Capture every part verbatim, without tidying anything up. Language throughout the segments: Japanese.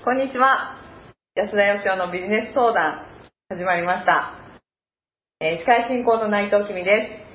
こんにちは。安田義雄のビジネス相談始まりました。えー、司会進行の内藤君です。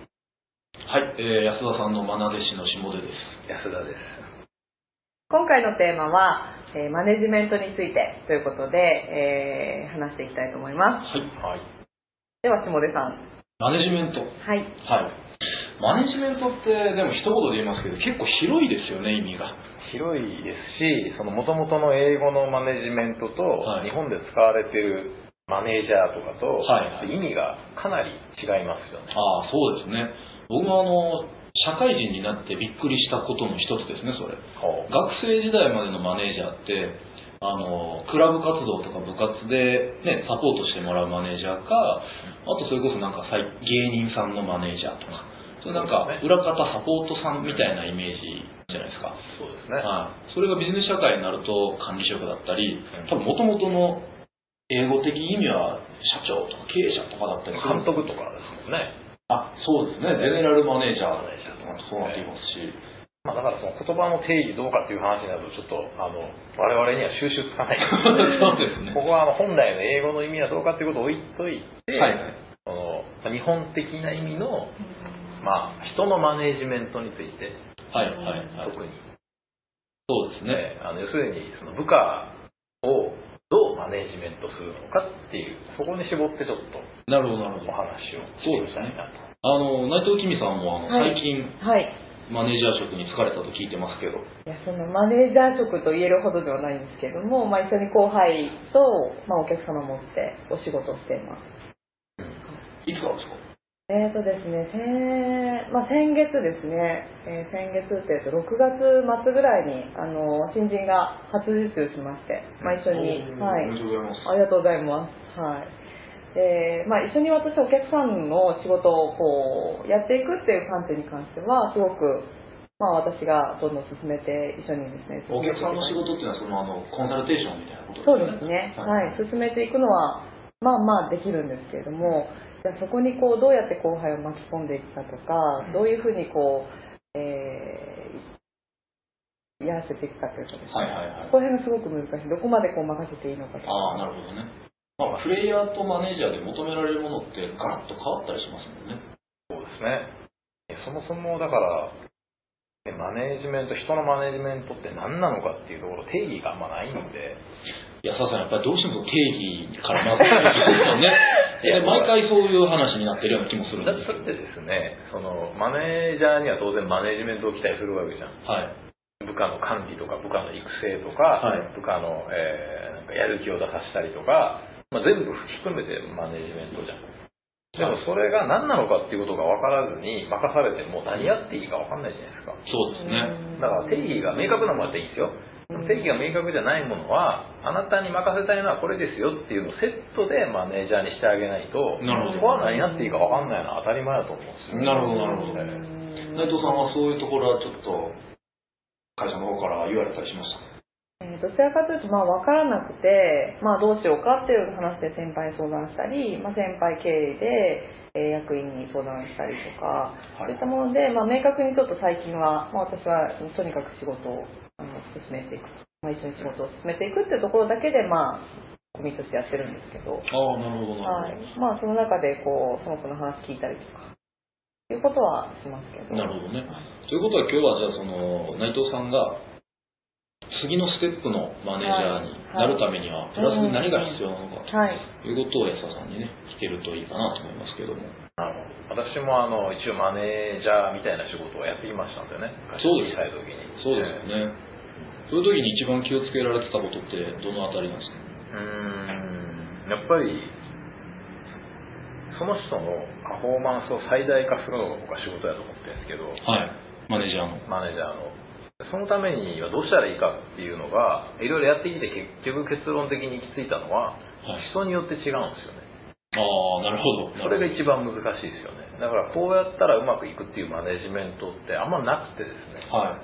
はい、えー、安田さんの愛弟子の下出です。 安田です。 今回のテーマは、えー、マネジメントについてということで、えー、話していきたいと思います。 はい。はい、 では下出さん。 マネジメント。 はい。 はい。マネジメントってでも一言で言いますけど結構広いですよね、意味が。 広いですし、その元々の英語のマネジメントと、はい、日本で使われているマネージャーとかと、はいはい、意味がかなり違いますよね。 ああ、そうですね。僕はあの社会人になってびっくりしたことの一つですね、それ。学生時代までのマネージャーってあのクラブ活動とか部活で、ね、サポートしてもらうマネージャーか、あとそれこそなんか芸人さんのマネージャーとか、それなんか裏方サポートさんみたいなイメージじゃないですか。 そうですね。 はい。それがビジネス社会になると管理職だったり、多分元々の英語的意味は社長とか経営者とかだったりする。 監督とかですもんね。 あ、そうですね。ゼネラルマネージャーとかそうなっていますし。 まあ、だからその言葉の定義どうかっていう話になるとちょっとあの我々には収集つかないそうですね。 ここはあの本来の英語の意味はどうかっていうことを置いといて、はい、その日本的な意味の、まあ、人のマネージメントについて、 はいはいはい、 特にそうですね。 あの要するにその部下をどうマネージメントするのかっていう、そこに絞ってちょっとなるほどなるほどお話をしてみたいなと。 あの内藤君さんもあの、はい、最近、 はい、 マネージャー職に就かれたと聞いてますけど。 いや、そのマネージャー職と言えるほどではないんですけども、まあ、一緒に後輩と、まあ、お客様を持ってお仕事をしています。 うん、いつからですか？ えーとですね、先、まあ、先月ですね、えー、先月っていうとろくがつ末ぐらいにあの新人が初受注しまして、まあ、一緒に、 はい、ありがとうございます。ありがとうございます。はい。で、まあ、一緒に私お客さんの仕事をこうやっていくっていう観点に関してはすごく、まあ、私がどんどん進めて一緒にですね、 お客さんの仕事っていうのはそのあのコンサルテーションみたいなことですね。 そうですね、はい、はい、進めていくのはまあまあできるんですけれども、じゃあそこにこうどうやって後輩を巻き込んでいくかとか、どういうふうにこう、えー、やらせていくかというかですね、 はいはいはい、 ここら辺がすごく難しい。どこまでこう任せていいのかとか。 ああ、なるほどね。まあ、プレイヤーとマネージャーで求められるものってガラッと変わったりしますもんね。 そうですね。そもそもだからマネージメント、人のマネージメントって何なのかっていうところ定義があんまないんで。 安田さんやっぱりどうしても定義からまず出てきますよね。で毎回そういう話になってるような気もするんですけど。 だってですね、そのマネージャーには当然マネージメントを期待するわけじゃん。 はい。 部下の管理とか部下の育成とか、はい、部下の、えー、なんかやる気を出させたりとか、まあ、全部含めてマネージメントじゃん。でもそれが何なのかっていうことが分からずに任されても何やっていいか分かんないじゃないですか。 そうですね。 だから定義が明確なものは定義ですよ。定義が明確じゃないものはあなたに任せたいのはこれですよっていうのをセットでマネージャーにしてあげないと、 なるほど、 そこは何やっていいか分かんないのは当たり前だと思うんですよ。 なるほどなるほど。内藤さんはそういうところはちょっと会社の方から言われたりしましたか？ えー、どちらかというと、まあ、分からなくて、まあ、どうしようかっていう話で先輩に相談したり、まあ、先輩経由で、えー、役員に相談したりとか、はい、そういったもので、まあ、明確にちょっと最近は、まあ、私はとにかく仕事をあの進めていく、まあ、一緒に仕事を進めていくっていうところだけで、まあ、コミットしてやってるんですけど、 ああ、なるほどなるほど、 はい、まあ、その中でこうその子の話聞いたりとかいうことはしますけど。 なるほどね。ということは今日はじゃあその内藤さんが次のステップのマネージャーになるためにはプラスに何が必要なのかということを安田さんにね聞けるといいかなと思いますけども。 なるほど。私もあの一応マネージャーみたいな仕事をやってきましたんでね。 そうです。 小さい時に。 そうですよね。そういう時に一番気をつけられてたことってどのあたりなんですか？ うーん、やっぱりその人のパフォーマンスを最大化するのが僕は仕事だと思ってるんですけど。 はい。マネージャーの。 マネージャーの。そのためにはどうしたらいいかっていうのがいろいろやってきて結局結論的に行き着いたのは、はい、人によって違うんですよね。 ああ、なるほど。 それが一番難しいですよね。だからこうやったらうまくいくっていうマネジメントってあんまなくてですね、 はい、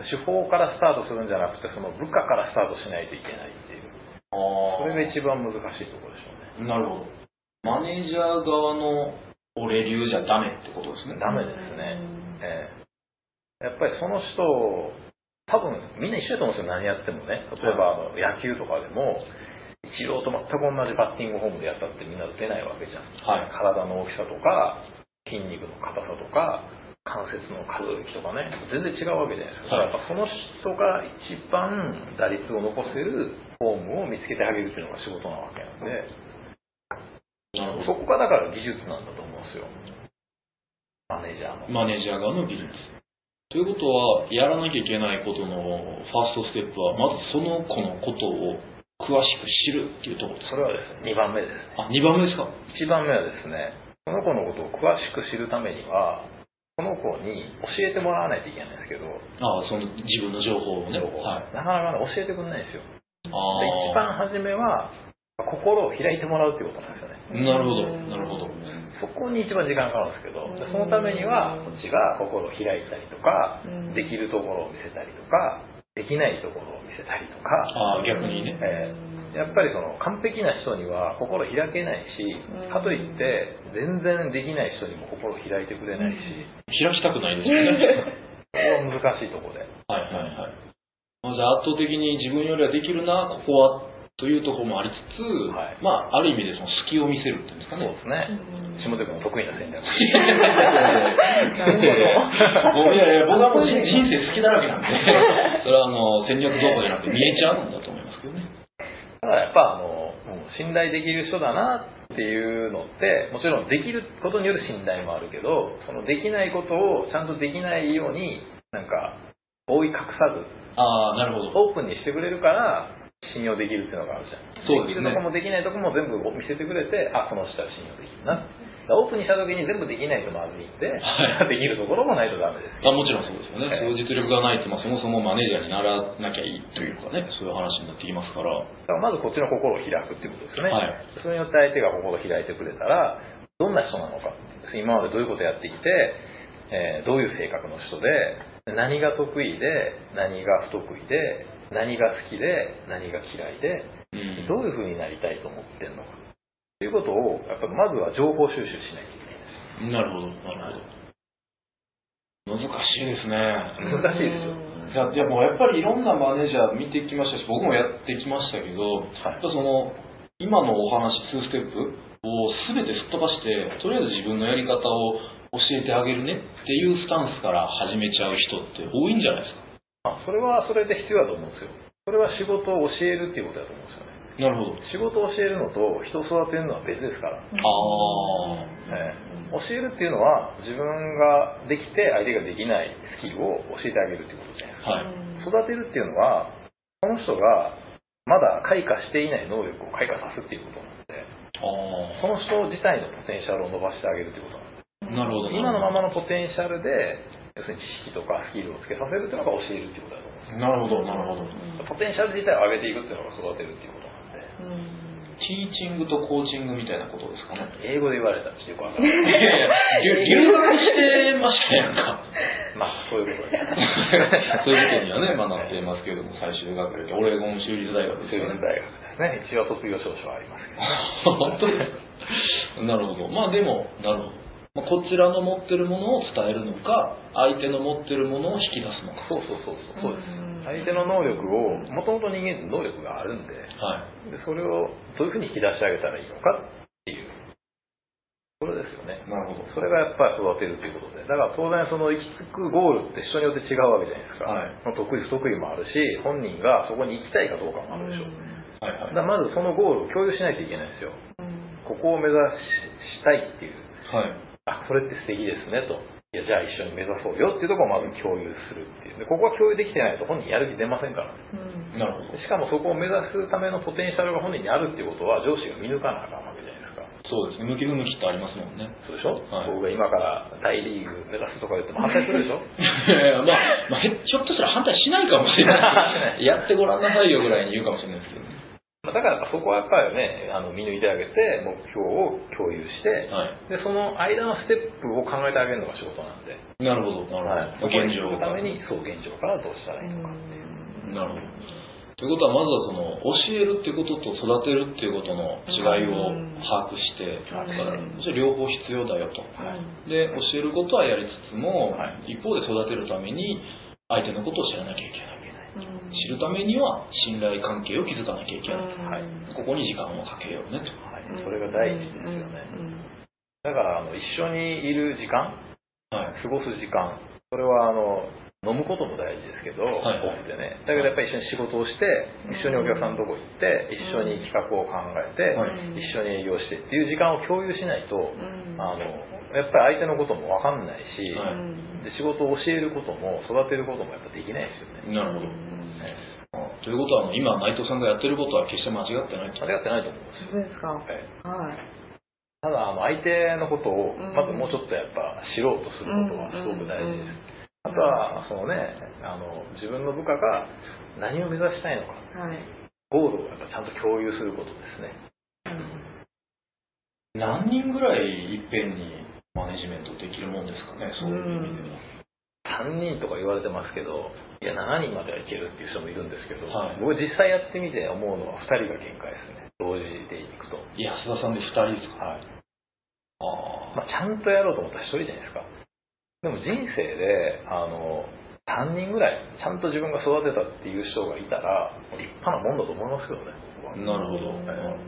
ね、手法からスタートするんじゃなくてその部下からスタートしないといけないっていう、あ、それが一番難しいところでしょうね。 なるほど。マネージャー側の俺流じゃダメってことですね。 ダメですね、えーやっぱりその人多分みんな一緒だと思うんですよ、何やってもね。例えば、あの野球とかでもイチローと全く同じバッティングフォームでやったってみんな打てないわけじゃん、はい、体の大きさとか筋肉の硬さとか関節の可動域とかね、全然違うわけじゃないですか。だからやっぱその人が一番打率を残せるフォームを見つけてあげるっていうのが仕事なわけなんで、そこがだから技術なんだと思うんですよ、マネージャーの。 マネージャー側の技術。ということは、やらなきゃいけないことのファーストステップは、まずその子のことを詳しく知るっていうところですか。 それはですね、にばんめですね。 あ、にばんめですか。 いちばんめはですね、その子のことを詳しく知るためには、その子に教えてもらわないといけないんですけど、 ああ、その自分の情報をね、 はい、なかなか教えてくれないんですよ。あで一番初めは心を開いてもらうっていうことなんですよね。 なるほど、なるほど。 そこに一番時間かかるんですけど、そのためにはこっちが心を開いたりとか、できるところを見せたりとか、できないところを見せたりとか、 あ逆にね、 えー、やっぱりその完璧な人には心開けないし、かといって全然できない人にも心開いてくれないし、 開きたくないですよね。 ここは難しいところで。 はいはいはい。じゃあ圧倒的に自分よりはできるな、ここはというところもありつつ、はい、まあある意味でその隙を見せるっていうんですかね。 そうですね。下手君の得意な戦略。 もういやいや、僕はもう人生好きだらけなんで、それはあの戦略どこじゃなくて見えちゃうんだと思いますけどね。 ただやっぱあの信頼できる人だなっていうのって、もちろんできることによる信頼もあるけど、そのできないことをちゃんとできないようになんか覆い隠さず、 ああなるほど、 オープンにしてくれるから信用できるっていうのがあるじゃん。 そうですね。 できるとこもできないとこも全部見せてくれて、あこの人は信用できるな。オープンにした時に全部できないとまずいんで、はい、できるところもないとダメです。 あもちろんそうですよね。そういう実力がないと、まあ、そもそもマネージャーにならなきゃいいというかね、そういう話になってきますから。だからまずこっちの心を開くっていうことですよね。はい、それによって相手が心を開いてくれたら、どんな人なのか、今までどういうことをやってきて、えー、どういう性格の人で、何が得意で、何が不得意で、何が好きで、何が嫌いで、うん、どういう風になりたいと思ってんのか。ということをやっぱりまずは情報収集しないといけないです。 なるほど、なるほど。難しいですね。 難しいですよ。 じゃあ、でもやっぱりいろんなマネージャー見てきましたし、僕もやってきましたけど、はい、やっぱその今のお話にステップを全てすっ飛ばして、とりあえず自分のやり方を教えてあげるねっていうスタンスから始めちゃう人って多いんじゃないですか。 あ、それはそれで必要だと思うんですよ。それは仕事を教えるっていうことだと思うんですよね。 なるほど。 仕事を教えるのと人を育てるのは別ですから。ああ、 えー、教えるっていうのは自分ができて相手ができないスキルを教えてあげるっていうことじゃないですか。はい、育てるっていうのはこの人がまだ開花していない能力を開花さすっていうことなので、あその人自体のポテンシャルを伸ばしてあげるっていうことなんです。なるほど。今のままのポテンシャルで要するに知識とかスキルをつけさせるっていうのが教えるっていうことだと思うんです。 なるほど、なるほど。 ポテンシャル自体を上げていくっていうのが育てるっていうことなんで。 うん、ティーチングとコーチングみたいなことですかね。 英語で言われたらちょっとよくわからない。 いやいや、留学してましたやんか。 まあ、そういうことです。 そういうことにはね、まあ、なっていますけれども、最終学歴、オレゴン州立大学ですよね。 州立大学ですね。一応卒業証書はありますけど。 本当になるほど。まあでも、なるほど。まあ、こちらの持ってるものを伝えるのか、相手の持ってるものを引き出すのか。 そうそうそうそう。そうです。相手の能力を、もともと人間って能力があるんで、はい、でそれをどういうふうに引き出してあげたらいいのかっていう、それですよね。 なるほど。 それがやっぱり育てるということで、だから当然その行き着くゴールって人によって違うわけじゃないですか。はい、得意不得意もあるし、本人がそこに行きたいかどうかもあるでしょう。はいはい、だからまずそのゴールを共有しないといけないんですよ。ここを目指したいっていう。はい、あ、それって素敵ですねと。いやじゃあ一緒に目指そうよっていうところをまず共有するっていう。でここは共有できてないと本人やる気出ませんから、うん、なるほど。しかもそこを目指すためのポテンシャルが本人にあるっていうことは上司が見抜かなあかんわけじゃないですか。 そうですね。向き不向きってありますもんね。 そうでしょ、はい、僕が今から大リーグ目指すとか言っても反対するでしょいやいや、まあ、まあ、ひょっとしたら反対しないかもしれないやってごらんなさいよぐらいに言うかもしれないですけどね。 だからそこはやっぱりね、あの見抜いてあげて目標を共有して、はい、でその間のステップを考えてあげるのが仕事なんで。 なるほど、なるほど。 はい、現状のためにそう現状からどうしたらいいのかっていう。 なるほど。ということはまずはその教えるっていうことと育てるっていうことの違いを把握して、それ両方必要だよと。はい、で教えることはやりつつも、はい、一方で育てるために相手のことを知らなきゃいけない。 知るためには信頼関係を築かなきゃいけないと、 はい、 ここに時間をかけようねと、 はい、それが第一ですよね。だからあの一緒にいる時間、はい、過ごす時間、それはあの飲むことも大事ですけど、はい、多くてね。だけどやっぱり一緒に仕事をして、一緒にお客さんのとこ行って、一緒に企画を考えて、はい、一緒に営業してっていう時間を共有しないと、うん、あのやっぱり相手のことも分かんないし、はい、で仕事を教えることも育てることもやっぱできないですよね。 なるほど。ね、ということはあの今内藤さんがやってることは決して間違ってないと。 間違ってないと思うんです。 そうですか。はい。 ただあの相手のことをまずもうちょっとやっぱ知ろうとすることはすごく大事です。あとはそのね、あの自分の部下が何を目指したいのか、はい、ゴールをやっぱちゃんと共有することですね。 うん、何人ぐらいいっぺんにマネジメントできるもんですかね、そういう意味では。 さんにんとか言われてますけど、いやしちにんまではいけるっていう人もいるんですけど、はい、僕実際やってみて思うのはふたりが限界ですね。同時でいくと。 安田さんでふたりですか。はい。 あまあ、ちゃんとやろうと思ったらひとりじゃないですか。でも人生であのさんにんぐらいちゃんと自分が育てたっていう人がいたら立派なもんだと思いますけどね。 なるほど、はい、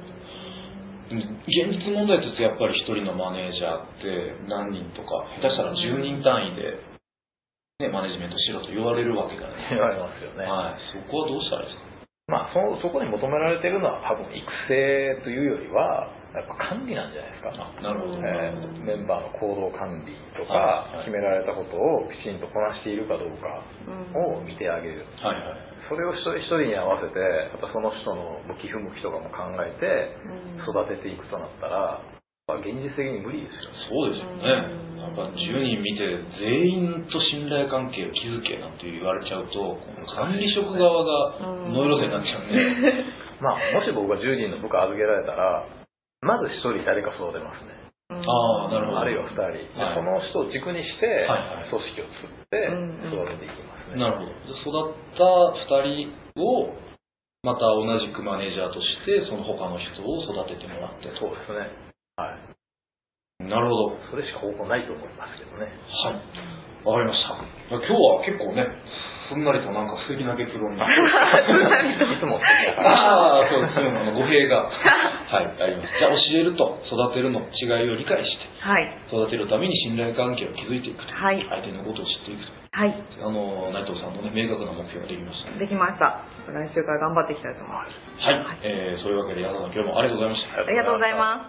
現実問題としてやっぱりひとりのマネージャーって何人とか下手したらじゅうにん単位で、ね、マネジメントしろと言われるわけじゃないですか。 言われますよね、 はい、そこはどうしたらいいですか。 まあ、そ, そこに求められているのは多分育成というよりはやっぱ管理なんじゃないですか。 なるほど、 えー、メンバーの行動管理とか、はいはい、決められたことをきちんとこなしているかどうかを見てあげる、うんはいはい、それを一人一人に合わせてやっぱその人の向き不向きとかも考えて育てていくとなったら、まあ、現実的に無理ですよね。そうですよね。やっぱじゅうにん見て全員と信頼関係を築けなんて言われちゃうと管理職側がノイローゼになっちゃうんでまあもし僕がじゅうにんの部下預けられたらまずひとり誰か育てますね。 ああ、なるほど。 あるいはふたり、はい、その人を軸にして組織を作って育てていきますね。 なるほど。育ったふたりをまた同じくマネージャーとしてその他の人を育ててもらって。 そうですね。はい。 なるほど。 それしか方法ないと思いますけどね。 はい。わかりました。今日は結構ね、すんなりとなんか素敵な結論に。いつもああ、そうですね。あの語弊が。はい、あります。じゃあ教えると育てるの違いを理解して、はい、育てるために信頼関係を築いていくと。はい、相手のことを知っていくと。はい。あの、内藤さんのね、明確な目標ができましたね。 できました。来週から頑張っていきたいと思います。 はい。はい、えー、そういうわけで、矢田さん、今日もありがとうございました。 ありがとうございます。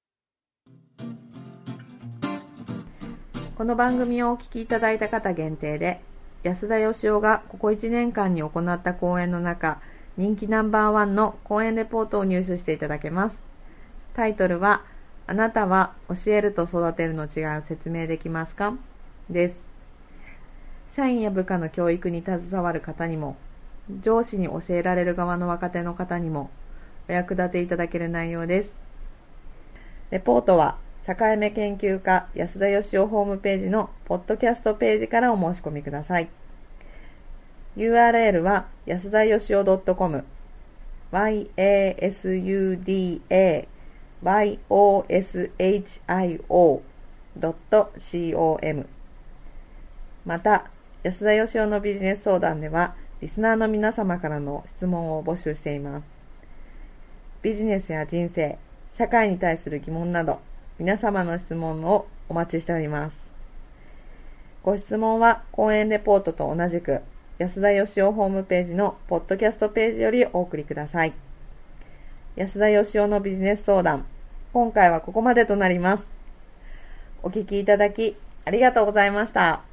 この番組をお聞きいただいた方限定で、安田義雄がここいちねんかんに行った講演の中、人気ナンバーワンの講演レポートを入手していただけます。タイトルは、あなたは教えると育てるの違いを説明できますか？です。社員や部下の教育に携わる方にも、上司に教えられる側の若手の方にも、お役立ていただける内容です。レポートは、境目研究家安田義雄ホームページのポッドキャストページからお申し込みください。ユーアールエル は安田義雄 .com、ワイエーエスユーディーエーワイオーエスエイチアイオー ドット コム。また、安田義雄のビジネス相談では、リスナーの皆様からの質問を募集しています。ビジネスや人生、社会に対する疑問など、皆様の質問をお待ちしております。ご質問は講演レポートと同じく安田義雄ホームページのポッドキャストページよりお送りください。安田義雄のビジネス相談、今回はここまでとなります。お聞きいただきありがとうございました。